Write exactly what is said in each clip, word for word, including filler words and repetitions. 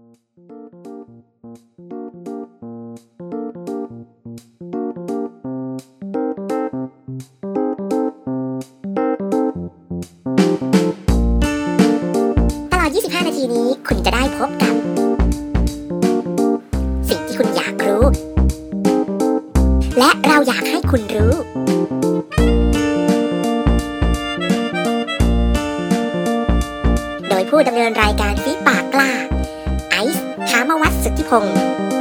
ตลอดยี่สิบห้านาทีนี้คุณจะได้พบกับสิ่งที่คุณอยากรู้และเราอยากให้คุณรู้โดยผู้ดำเนินรายการฟีปากกล้าไอซ์ถามวัฒน์สุทธิพงศ์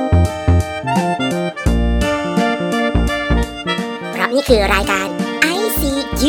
เพราะนี่คือรายการ ไอ ซี ยู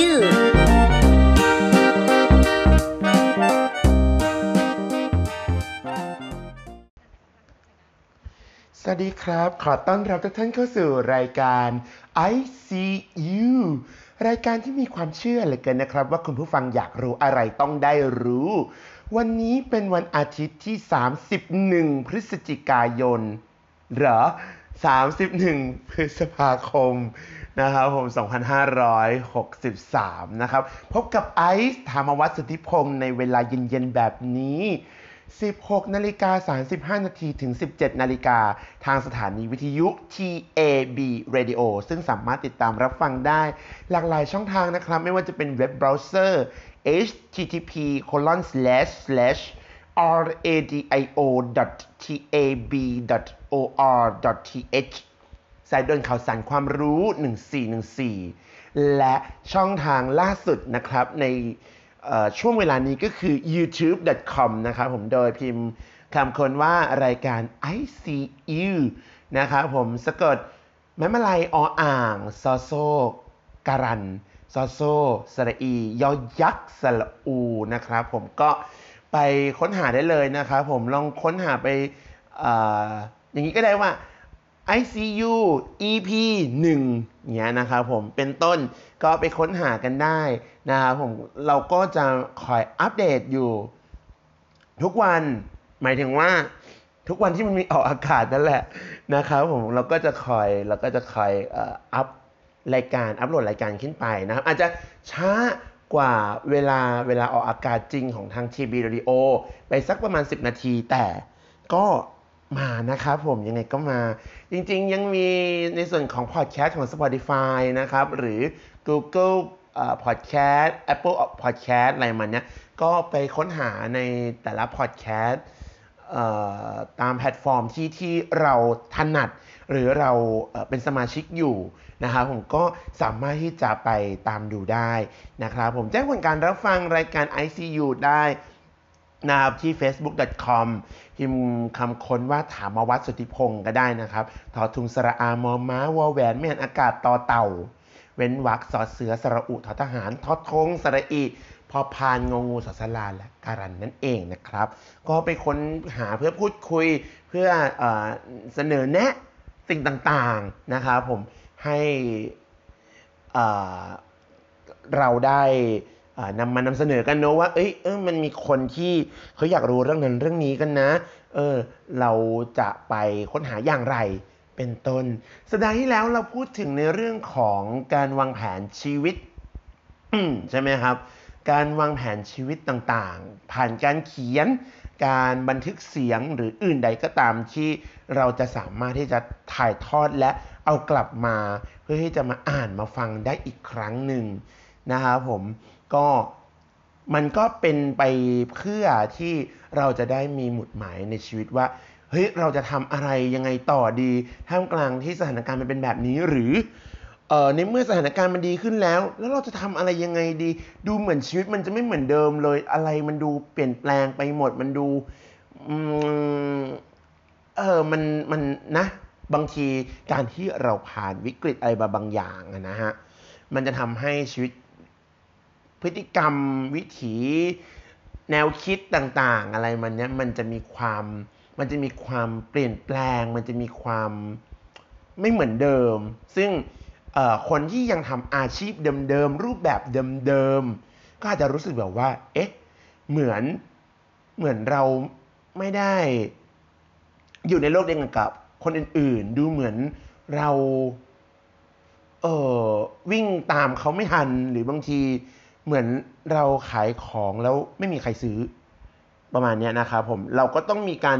สวัสดีครับขอต้อนรับทุกท่านเข้าสู่รายการ ไอ ซี ยู รายการที่มีความเชื่อเหลือเกินนะครับว่าคุณผู้ฟังอยากรู้อะไรต้องได้รู้วันนี้เป็นวันอาทิตย์ที่สามสิบเอ็ดพฤศจิกายนเหรอสามสิบเอ็ดพฤษภาคมนะครับผมสองพันห้าร้อยหกสิบสามนะครับพบกับไอซ์ธรรมวัฒน์สุทธิพงศ์ในเวลาเย็นๆแบบนี้สิบหกนาฬิกาสามสิบห้านาทีถึงสิบเจ็ดนาฬิกาทางสถานีวิทยุ ที เอ บี Radio ซึ่งสามารถติดตามรับฟังได้หลากหลายช่องทางนะครับไม่ว่าจะเป็นเว็บเบราว์เซอร์ เอช ที ที พี โคลอน สแลช สแลช อาร์ เอ ดี ไอ โอ ดอท ที เอ บี ดอท โอ อาร์ ดอท ที เอช สายด่วนข่าวสารความรู้หนึ่งสี่หนึ่งสี่และช่องทางล่าสุดนะครับในช่วงเวลานี้ก็คือ ยูทูบ ดอท คอม นะครับผมโดยพิมพ์คำค้นว่ารายการ ไอ ซี ยู นะครับผมสะกดไม้มะลายออ่างซอโซการันซอโซสระอียอยักษ์สระอูนะครับผมก็ไปค้นหาได้เลยนะครับผมลองค้นหาไป อ, อย่างนี้ก็ได้ว่า ไอ ซี ยู อี พี หนึ่งอย่างเงี้ยนะครับผมเป็นต้นก็ไปค้นหากันได้นะครับผมเราก็จะคอยอัปเดตอยู่ทุกวันหมายถึงว่าทุกวันที่มันมีออกอากาศนั่นแหละนะครับผมเราก็จะคอยเราก็จะคอยเอ่ออัพรายการอัพโหลดรายการขึ้นไปนะครับอาจจะช้ากว่าเวลาเวลาออกอากาศจริงของทาง ที บี Radio ไปสักประมาณสิบนาทีแต่ก็มานะครับผมยังไงก็มาจริงๆยังมีในส่วนของพอดแคสต์ของ Spotify นะครับหรือ Google เอ่อ Podcast Apple Podcast อะไรมันเนี้ยก็ไปค้นหาในแต่ละพอดแคสต์เอ่อตามแพลตฟอร์มที่ที่เราถนัดหรือเราเอ่อเป็นสมาชิกอยู่นะครับผมก็สามารถที่จะไปตามดูได้นะครับผมแจ้งผลการรับฟังรายการ ไอ ซี ยู ได้นะครับที่ เฟซบุ๊ก ดอท คอม พิมพ์คำค้นว่าถามวัฒน์สุทธิพงศ์ก็ได้นะครับทอทุงสระอามอม้าวอแหวนไม่หันอากาศต่อเต่าเว้นวรรคสอเสือสระอุทอทหารทอทงสระอีพอพานงองูสอสลาและการันนั่นเองนะครับก็ไปค้นหาเพื่อพูดคุยเพื่อเอ่อเสนอแนะสิ่งต่างๆนะครับผมให้เอ่อเราได้นำมานำเสนอกันเนอะว่าเอ้ยเออมันมีคนที่เขาอยากรู้เรื่องนั้นเรื่องนี้กันนะเออเราจะไปค้นหาอย่างไรเป็นต้นสัปดาห์ที่แล้วเราพูดถึงในเรื่องของการวางแผนชีวิต ใช่ไหมครับการวางแผนชีวิตต่างๆผ่านการเขียนการบันทึกเสียงหรืออื่นใดก็ตามที่เราจะสามารถที่จะถ่ายทอดและเอากลับมาเพื่อที่จะมาอ่านมาฟังได้อีกครั้งหนึ่งนะครับผมก็มันก็เป็นไปเพื่อที่เราจะได้มีหมุดหมายในชีวิตว่าเฮ้ยเราจะทำอะไรยังไงต่อดีท่ามกลางที่สถานการณ์มันเป็นแบบนี้หรือเอ่อในเมื่อสถานการณ์มันดีขึ้นแล้วแล้วเราจะทำอะไรยังไงดีดูเหมือนชีวิตมันจะไม่เหมือนเดิมเลยอะไรมันดูเปลี่ยนแปลงไปหมดมันดูอืมเออมันมันนะบางทีการที่เราผ่านวิกฤตอะไรบางอย่างนะฮะมันจะทำให้ชีวิตพฤติกรรมวิถีแนวคิดต่างๆอะไรมันเนี้ยมันจะมีความมันจะมีความเปลี่ยนแปลงมันจะมีความไม่เหมือนเดิมซึ่งคนที่ยังทำอาชีพเดิมๆรูปแบบเดิมๆก็อาจจะรู้สึกแบบว่าเอ๊ะเหมือนเหมือนเราไม่ได้อยู่ในโลกเดียวกันกับคนอื่นๆดูเหมือนเราเอ่อวิ่งตามเขาไม่ทันหรือบางทีเหมือนเราขายของแล้วไม่มีใครซื้อประมาณนี้นะครับผมเราก็ต้องมีการ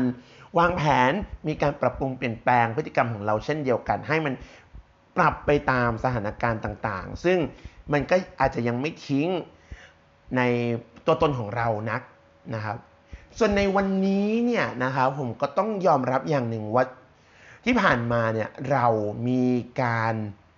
วางแผนมีการปรับปรุงเปลี่ยนแปลงพฤติกรรมของเราเช่นเดียวกันให้มันปรับไปตามสถานการณ์ต่างๆซึ่งมันก็อาจจะยังไม่ทิ้งในตัวตนของเรานักนะครับส่วนในวันนี้เนี่ยนะครับผมก็ต้องยอมรับอย่างหนึ่งว่าที่ผ่านมาเนี่ยเรามีการ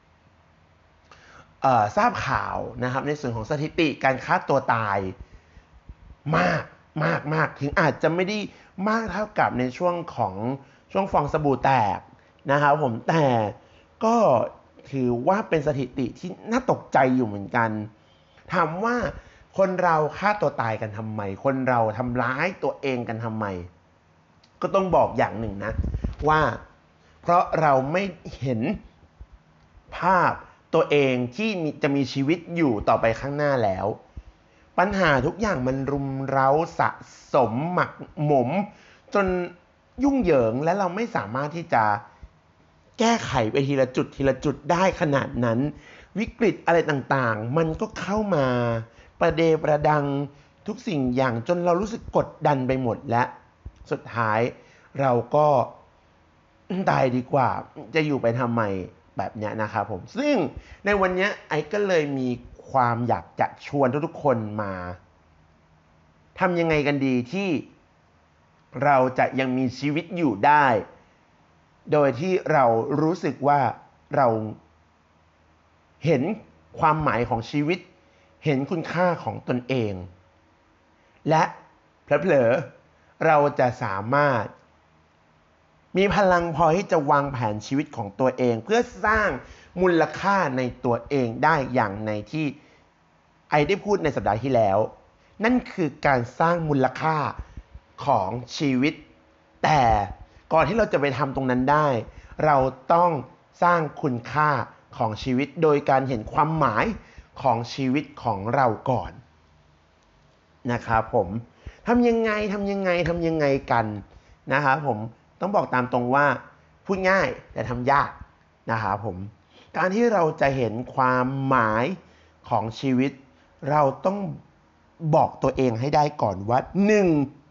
ทราบข่าวนะครับในส่วนของสถิติการฆ่าตัวตายมากมากมากถึงอาจจะไม่ได้มากเท่ากับในช่วงของช่วงฟองสบู่แตกนะครับผมแต่ก็ถือว่าเป็นสถิติที่น่าตกใจอยู่เหมือนกันถามว่าคนเราฆ่าตัวตายกันทำไมคนเราทำร้ายตัวเองกันทำไมก็ต้องบอกอย่างหนึ่งนะว่าเพราะเราไม่เห็นภาพตัวเองที่จะมีชีวิตอยู่ต่อไปข้างหน้าแล้วปัญหาทุกอย่างมันรุมเร้าสะสมหมักหมมจนยุ่งเหยิงและเราไม่สามารถที่จะแก้ไขไปทีละจุดทีละจุดได้ขนาดนั้นวิกฤตอะไรต่างๆมันก็เข้ามาประเดประดังทุกสิ่งอย่างจนเรารู้สึกกดดันไปหมดและสุดท้ายเราก็ตายดีกว่าจะอยู่ไปทำไมแบบนี้นะครับผมซึ่งในวันนี้ไอ้ก็เลยมีความอยากจะชวนทุกๆคนมาทำยังไงกันดีที่เราจะยังมีชีวิตอยู่ได้โดยที่เรารู้สึกว่าเราเห็นความหมายของชีวิตเห็นคุณค่าของตนเองและเผลอๆเราจะสามารถมีพลังพอที่จะวางแผนชีวิตของตัวเองเพื่อสร้างมูลค่าในตัวเองได้อย่างในที่ไอได้พูดในสัปดาห์ที่แล้วนั่นคือการสร้างมูลค่าของชีวิตแต่ก่อนที่เราจะไปทำตรงนั้นได้เราต้องสร้างคุณค่าของชีวิตโดยการเห็นความหมายของชีวิตของเราก่อนนะครับผมทำยังไงทำยังไงทำยังไงกันนะครับผมต้องบอกตามตรงว่าพูดง่ายแต่ทำยากนะครับผมการที่เราจะเห็นความหมายของชีวิตเราต้องบอกตัวเองให้ได้ก่อนว่าหนึ่ง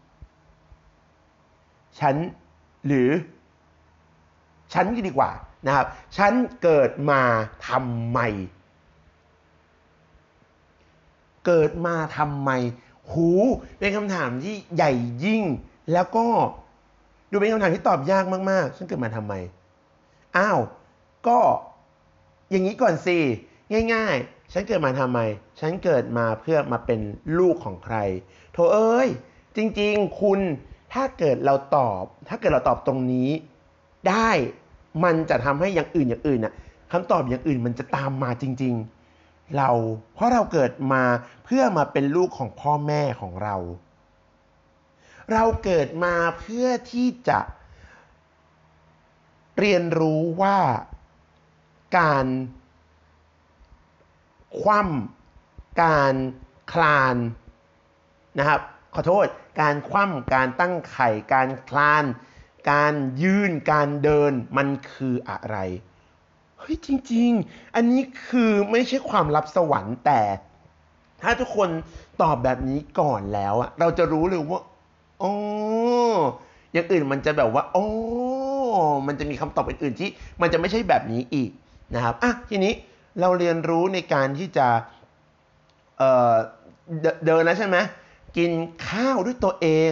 ฉันหรือฉันก็ดีกว่านะครับฉันเกิดมาทำไมเกิดมาทำไมหูเป็นคำถามที่ใหญ่ยิ่งแล้วก็ดูเป็นคำถามที่ตอบยากมากๆฉันเกิดมาทำไมอ้าวก็อย่างนี้ก่อนสิง่ายๆฉันเกิดมาทำไมฉันเกิดมาเพื่อมาเป็นลูกของใครโธ่เอ้ยจริงๆคุณถ้าเกิดเราตอบถ้าเกิดเราตอบตรงนี้ได้มันจะทำให้อย่างอื่นอย่างอื่นน่ะคำตอบอย่างอื่นมันจะตามมาจริงๆเราเพราะเราเกิดมาเพื่อมาเป็นลูกของพ่อแม่ของเราเราเกิดมาเพื่อที่จะเรียนรู้ว่าการคว่ำการคลานนะครับขอโทษการคว่ำการตั้งไข่การคลานการยืนการเดินมันคืออะไรเฮ้ยจริงๆอันนี้คือไม่ใช่ความลับสวรรค์แต่ถ้าทุกคนตอบแบบนี้ก่อนแล้วอะเราจะรู้เลยว่าอ๋ออย่างอื่นมันจะแบบว่าอ๋อมันจะมีคำตอบอื่นๆที่มันจะไม่ใช่แบบนี้อีกนะครับอ่ะทีนี้เราเรียนรู้ในการที่จะเอ่อเดินแล้วใช่ไหมกินข้าวด้วยตัวเอง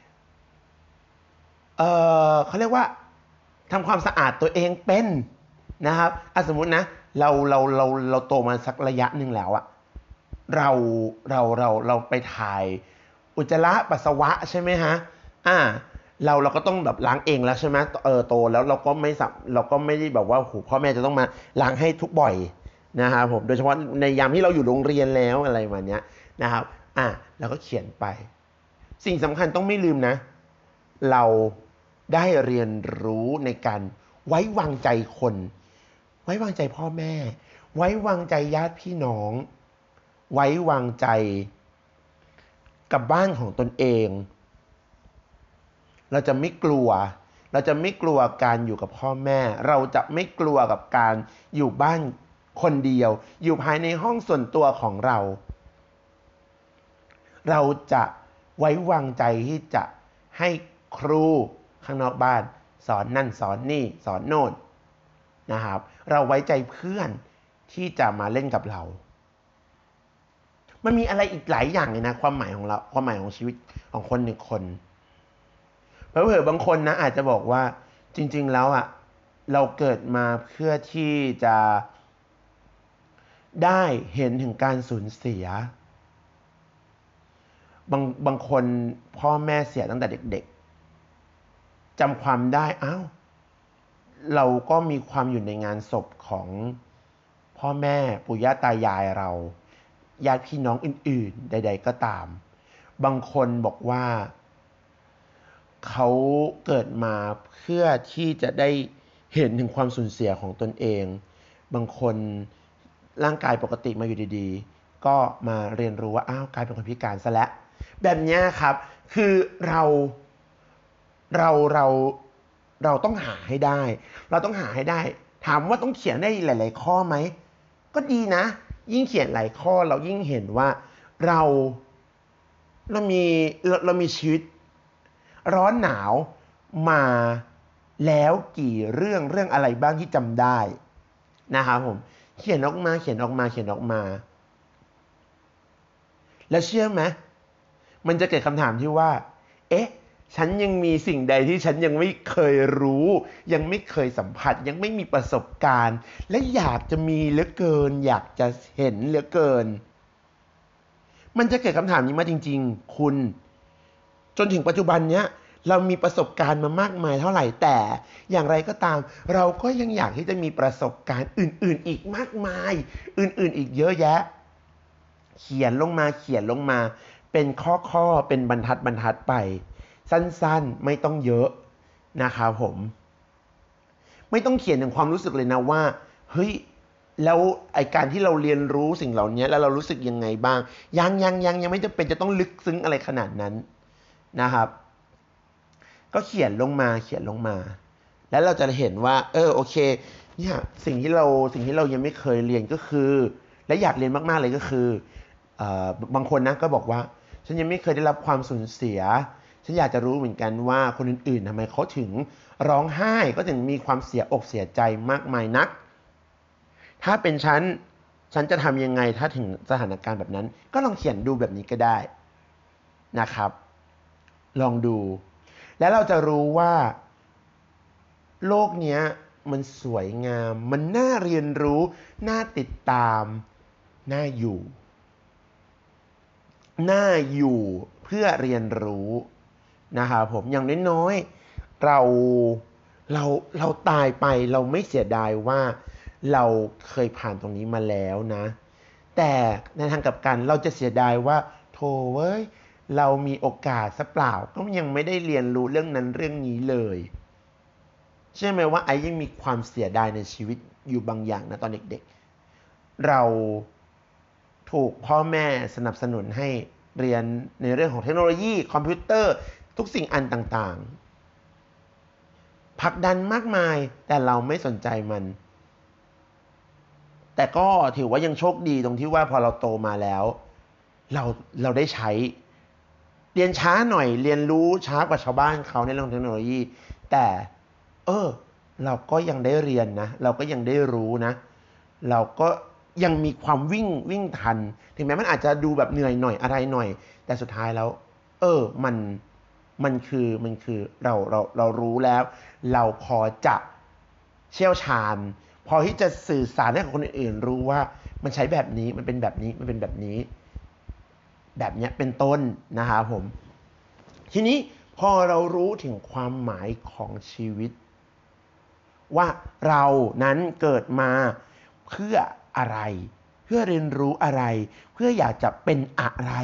เอ่อเขาเรียกว่าทำความสะอาดตัวเองเป็นนะครับอ่ะสมมุตินะเราเราเราเราโตมาสักระยะหนึ่งแล้วอะเราเราเราเราไปถ่ายอุจจาระปัสสาวะใช่ไหมฮะอ่าเราเราก็ต้องแบบล้างเองแล้วใช่ไหมเออโตแล้วเราก็ไม่สับเราก็ไม่ได้แบบว่าโหพ่อแม่จะต้องมาล้างให้ทุกบ่อยนะครับผมโดยเฉพาะในยามที่เราอยู่โรงเรียนแล้วอะไรมาเนี้ยนะครับอ่ะเราก็เขียนไปสิ่งสำคัญต้องไม่ลืมนะเราได้เรียนรู้ในการไว้วางใจคนไว้วางใจพ่อแม่ไว้วางใจญาติพี่น้องไว้วางใจกับบ้านของตนเองเราจะไม่กลัวเราจะไม่กลัวการอยู่กับพ่อแม่เราจะไม่กลัวกับการอยู่บ้านคนเดียวอยู่ภายในห้องส่วนตัวของเราเราจะไว้วางใจที่จะให้ครูข้างนอกบ้านสอนนั่นสอนนี่สอนโน่นนะครับเราไว้ใจเพื่อนที่จะมาเล่นกับเรามันมีอะไรอีกหลายอย่างเลยนะความหมายของเราความหมายของชีวิตของคนหนึ่งคนเผลอๆบางคนนะอาจจะบอกว่าจริงๆแล้วอ่ะเราเกิดมาเพื่อที่จะได้เห็นถึงการสูญเสียบางบางคนพ่อแม่เสียตั้งแต่เด็กๆจำความได้อ้าวเราก็มีความอยู่ในงานศพของพ่อแม่ปู่ย่าตายายเราญาติพี่น้องอื่นๆใดๆก็ตามบางคนบอกว่าเขาเกิดมาเพื่อที่จะได้เห็นถึงความสูญเสียของตนเองบางคนร่างกายปกติมาอยู่ดีๆก็มาเรียนรู้ว่าอ้าวกลายเป็นคนพิการซะแล้วแบบนี้ครับคือเราเราเราเราต้องหาให้ได้เราต้องหาให้ได้ถามว่าต้องเขียนได้หลายๆข้อไหมก็ดีนะยิ่งเขียนหลายข้อเรายิ่งเห็นว่าเราเรามีเราเรามีชีวิตร้อนหนาวมาแล้วกี่เรื่องเรื่องอะไรบ้างที่จำได้นะครับผมเขียนออกมาเขียนออกมาเขียนออกมาแล้วเชื่อไหมมันจะเกิดคำถามที่ว่าเอ๊ะฉันยังมีสิ่งใดที่ฉันยังไม่เคยรู้ยังไม่เคยสัมผัสยังไม่มีประสบการณ์และอยากจะมีเหลือเกินอยากจะเห็นเหลือเกินมันจะเกิดคำถามนี้มาจริงๆคุณจนถึงปัจจุบันเนี้ยเรามีประสบการณ์มามากมายเท่าไหร่แต่อย่างไรก็ตามเราก็ยังอยากที่จะมีประสบการณ์อื่นๆอีกมากมายอื่นๆอีกเยอะแยะเขียนลงมาเขียนลงมาเป็นข้อๆเป็นบรรทัดบรรทัดไปสั้นๆไม่ต้องเยอะนะครับผมไม่ต้องเขียนถึงความรู้สึกเลยนะว่าเฮ้ยแล้วไอการที่เราเรียนรู้สิ่งเหล่านี้แล้วเรารู้สึกยังไงบ้างยังยังยังยังไม่จำเป็นจะต้องลึกซึ้งอะไรขนาดนั้นนะครับก็เขียนลงมาเขียนลงมาแล้วเราจะเห็นว่าเออโอเคเนี่ยสิ่งที่เราสิ่งที่เรายังไม่เคยเรียนก็คือและอยากเรียนมากๆเลยก็คือเอ่อบางคนนะก็บอกว่าฉันยังไม่เคยได้รับความสูญเสียฉันอยากจะรู้เหมือนกันว่าคนอื่นๆทำไมเขาถึงร้องไห้ก็ถึงมีความเสียอกเสียใจมากมายนักถ้าเป็นฉันฉันจะทำยังไงถ้าถึงสถานการณ์แบบนั้นก็ลองเขียนดูแบบนี้ก็ได้นะครับลองดูแล้วเราจะรู้ว่าโลกนี้มันสวยงามมันน่าเรียนรู้น่าติดตามน่าอยู่น่าอยู่เพื่อเรียนรู้นะครับผมอย่างน้อยๆเราเราเราตายไปเราไม่เสียดายว่าเราเคยผ่านตรงนี้มาแล้วนะแต่ในทางกลับกันเราจะเสียดายว่าโธ่เว้ยเรามีโอกาสซะเปล่าก็ยังไม่ได้เรียนรู้เรื่องนั้นเรื่องนี้เลยใช่ไหมว่าไอ้ยังมีความเสียดายในชีวิตอยู่บางอย่างนะตอนเด็กๆเราถูกพ่อแม่สนับสนุนให้เรียนในเรื่องของเทคโนโลยีคอมพิวเตอร์ทุกสิ่งอันต่างๆผลักดันมากมายแต่เราไม่สนใจมันแต่ก็ถือว่ายังโชคดีตรงที่ว่าพอเราโตมาแล้วเราเราได้ใช้เรียนช้าหน่อยเรียนรู้ช้ากว่าชาวบ้านเขาในเรื่องเทคโนโลยีแต่เออเราก็ยังได้เรียนนะเราก็ยังได้รู้นะเราก็ยังมีความวิ่งวิ่งทันถึงแม้มันอาจจะดูแบบเหนื่อยหน่อยอะไรหน่อยแต่สุดท้ายแล้วเออมันมันคือมันคือเราเราเรารู้แล้วเราพอจะเชี่ยวชาญพอที่จะสื่อสารให้กับคนอื่นๆรู้ว่ามันใช้แบบนี้มันเป็นแบบนี้มันเป็นแบบนี้แบบนี้เป็นต้นนะครับผมทีนี้พอเรารู้ถึงความหมายของชีวิตว่าเรานั้นเกิดมาเพื่ออะไรเพื่อเรียนรู้อะไรเพื่ออยากจะเป็นอะไร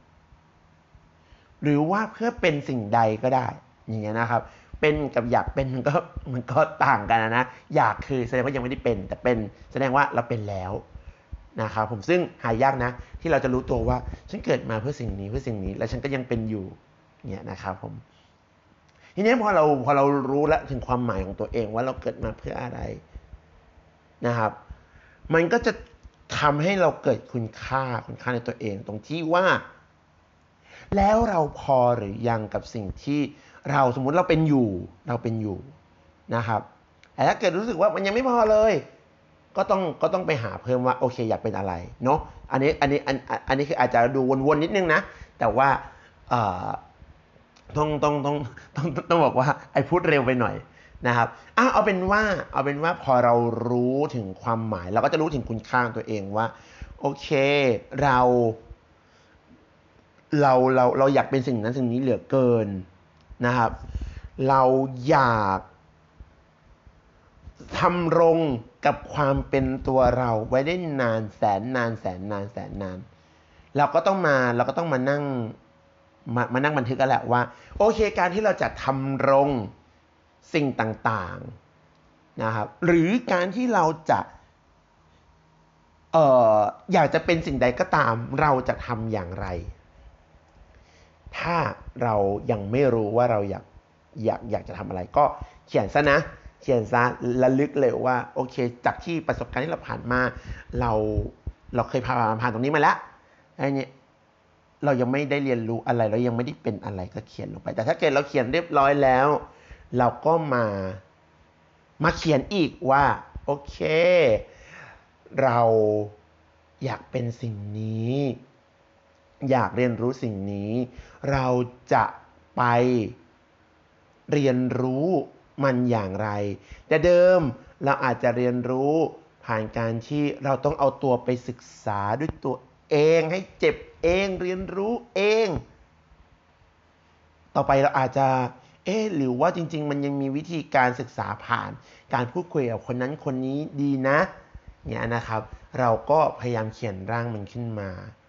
หรือว่าเพื่อเป็นสิ่งใดก็ได้อย่างเงี้ยนะครับเป็นกับอยากเป็นมันก็มันก็ต่างกันนะอยากคือแสดงว่ายังไม่ได้เป็นแต่เป็นแสดงว่าเราเป็นแล้วนะครับผมซึ่งหายากนะที่เราจะรู้ตัวว่าฉันเกิดมาเพื่อสิ่งนี้เพื่อสิ่งนี้และฉันก็ยังเป็นอยู่เนี่ยนะครับผมทีนี้พอเราพอเรารู้แล้วถึงความหมายของตัวเองว่าเราเกิดมาเพื่ออะไรนะครับมันก็จะทำให้เราเกิดคุณค่าคุณค่าในตัวเองตรงที่ว่าแล้วเราพอหรือยังกับสิ่งที่เราสมมุติเราเป็นอยู่เราเป็นอยู่นะครับแต่ถ้าเกิดรู้สึกว่ามันยังไม่พอเลยก็ต้องก็ต้องไปหาเพิ่มว่าโอเคอยากเป็นอะไรเนาะอันนี้อันนี้อันอันนี้คืออาจจะดูวนๆนิดนึงนะแต่ว่าต้องต้องต้องต้องต้องบอกว่าไอ้พูดเร็วไปหน่อยนะครับอ่ะเอาเป็นว่าเอาเป็นว่าพอเรารู้ถึงความหมายเราก็จะรู้ถึงคุณค่าตัวเองว่าโอเคเราเราเราเราอยากเป็นสิ่งนั้นสิ่งนี้เหลือเกินนะครับเราอยากทำรงกับความเป็นตัวเราไว้ได้นานแสนนานแสนนานแสนนานเราก็ต้องมาเราก็ต้องมานั่งมามานั่งบันทึกกันแหละว่าโอเคการที่เราจะทำรงสิ่งต่างๆนะครับหรือการที่เราจะเอ่ออยากจะเป็นสิ่งใดก็ตามเราจะทำอย่างไรถ้าเรายังไม่รู้ว่าเราอยากอยากอยากจะทำอะไรก็เขียนซะนะเขียนซะระลึกเลยว่าโอเคจากที่ประสบการณ์ที่เราผ่านมาเราเราเคยผ่านผ่านตรงนี้มาแล้วไอ้นี่เรายังไม่ได้เรียนรู้อะไรเรายังไม่ได้เป็นอะไรก็เขียนลงไปแต่ถ้าเกิดเราเขียนเรียบร้อยแล้วเราก็มามาเขียนอีกว่าโอเคเราอยากเป็นสิ่งนี้อยากเรียนรู้สิ่งนี้เราจะไปเรียนรู้มันอย่างไรแต่เดิมเราอาจจะเรียนรู้ผ่านการที่เราต้องเอาตัวไปศึกษาด้วยตัวเองให้เจ็บเองเรียนรู้เองต่อไปเราอาจจะเอ๊ะหรือว่าจริงๆมันยังมีวิธีการศึกษาผ่านการพูดคุยกับคนนั้นคนนี้ดีนะเนี่ยนะครับเราก็พยายามเขียนร่างมันขึ้นมา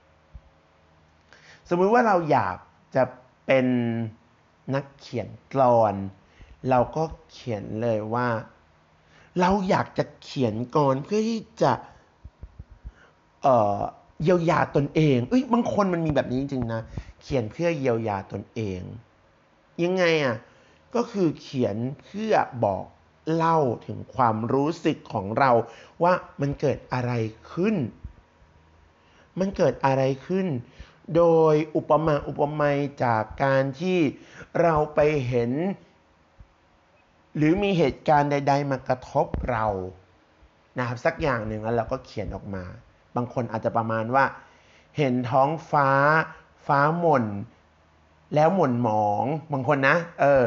สมมุติว่าเราอยากจะเป็นนักเขียนกลอนเราก็เขียนเลยว่าเราอยากจะเขียนกลอนเพื่อที่จะเอ่อเยียวยาตนเองเอ้ยบางคนมันมีแบบนี้จริงๆนะเขียนเพื่อเยียวยาตนเองยังไงอ่ะก็คือเขียนเพื่อบอกเล่าถึงความรู้สึกของเราว่ามันเกิดอะไรขึ้นมันเกิดอะไรขึ้นโดยอุปมาอุปไมยจากการที่เราไปเห็นหรือมีเหตุการณ์ใดๆมากระทบเรานะครับสักอย่างหนึ่งแล้วเราก็เขียนออกมาบางคนอาจจะประมาณว่าเห็นท้องฟ้าฟ้าหม่นแล้วหม่นหมองบางคนนะเออ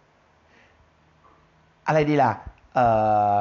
อะไรดีล่ะเออ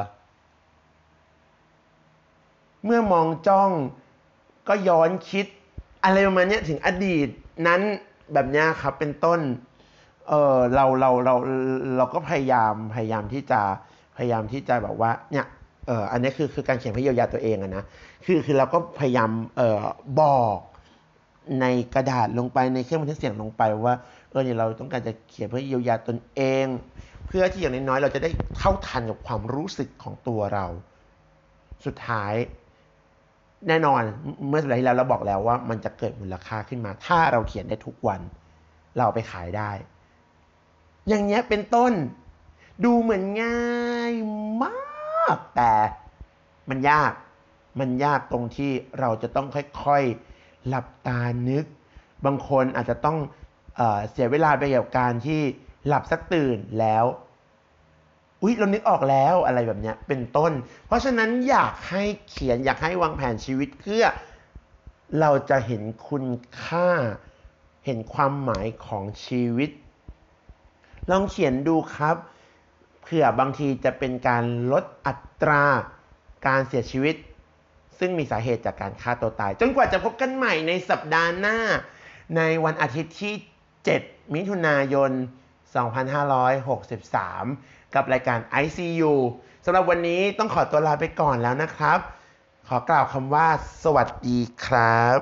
เมื่อมองจ้องก็ย้อนคิดอะไรประมาณนี้ถึงอดีตนั้นแบบนี้ครับเป็นต้นเออเราเราเราเราก็พยายามพยายามที่จะพยายามที่จะแบบว่าเนี่ยเอออันนี้คือคือการเขียนเพื่อเยียวยาตัวเองอะนะคือคือเราก็พยายามเอ่อบอกในกระดาษลงไปในเครื่องบันทึกเสียงลงไปว่าเออเนี่ยเราต้องการจะเขียนเพื่อเยียวยาตนเองเพื่อที่อย่างน้อยๆเราจะได้เท่าทันกับความรู้สึกของตัวเราสุดท้ายแน่นอนเมื่อสัปดาห์ที่แล้วเราบอกแล้วว่ามันจะเกิดมูลค่าขึ้นมาถ้าเราเขียนได้ทุกวันเราไปขายได้อย่างเงี้ยเป็นต้นดูเหมือนง่ายมากแต่มันยากมันยากตรงที่เราจะต้องค่อยๆหลับตานึกบางคนอาจจะต้องเอ่อเสียเวลาไปกับการที่หลับสักตื่นแล้วอุ๊ยเรานึกออกแล้วอะไรแบบเนี้ยเป็นต้นเพราะฉะนั้นอยากให้เขียนอยากให้วางแผนชีวิตเพื่อเราจะเห็นคุณค่าเห็นความหมายของชีวิตลองเขียนดูครับเผื่อบางทีจะเป็นการลดอัตราการเสียชีวิตซึ่งมีสาเหตุจากการฆ่าตัวตายจนกว่าจะพบกันใหม่ในสัปดาห์หน้าในวันอาทิตย์ที่เจ็ดมิถุนายนสองพันห้าร้อยหกสิบสามกับรายการ ไอ ซี ยู สำหรับวันนี้ต้องขอตัวลาไปก่อนแล้วนะครับขอกล่าวคำว่าสวัสดีครับ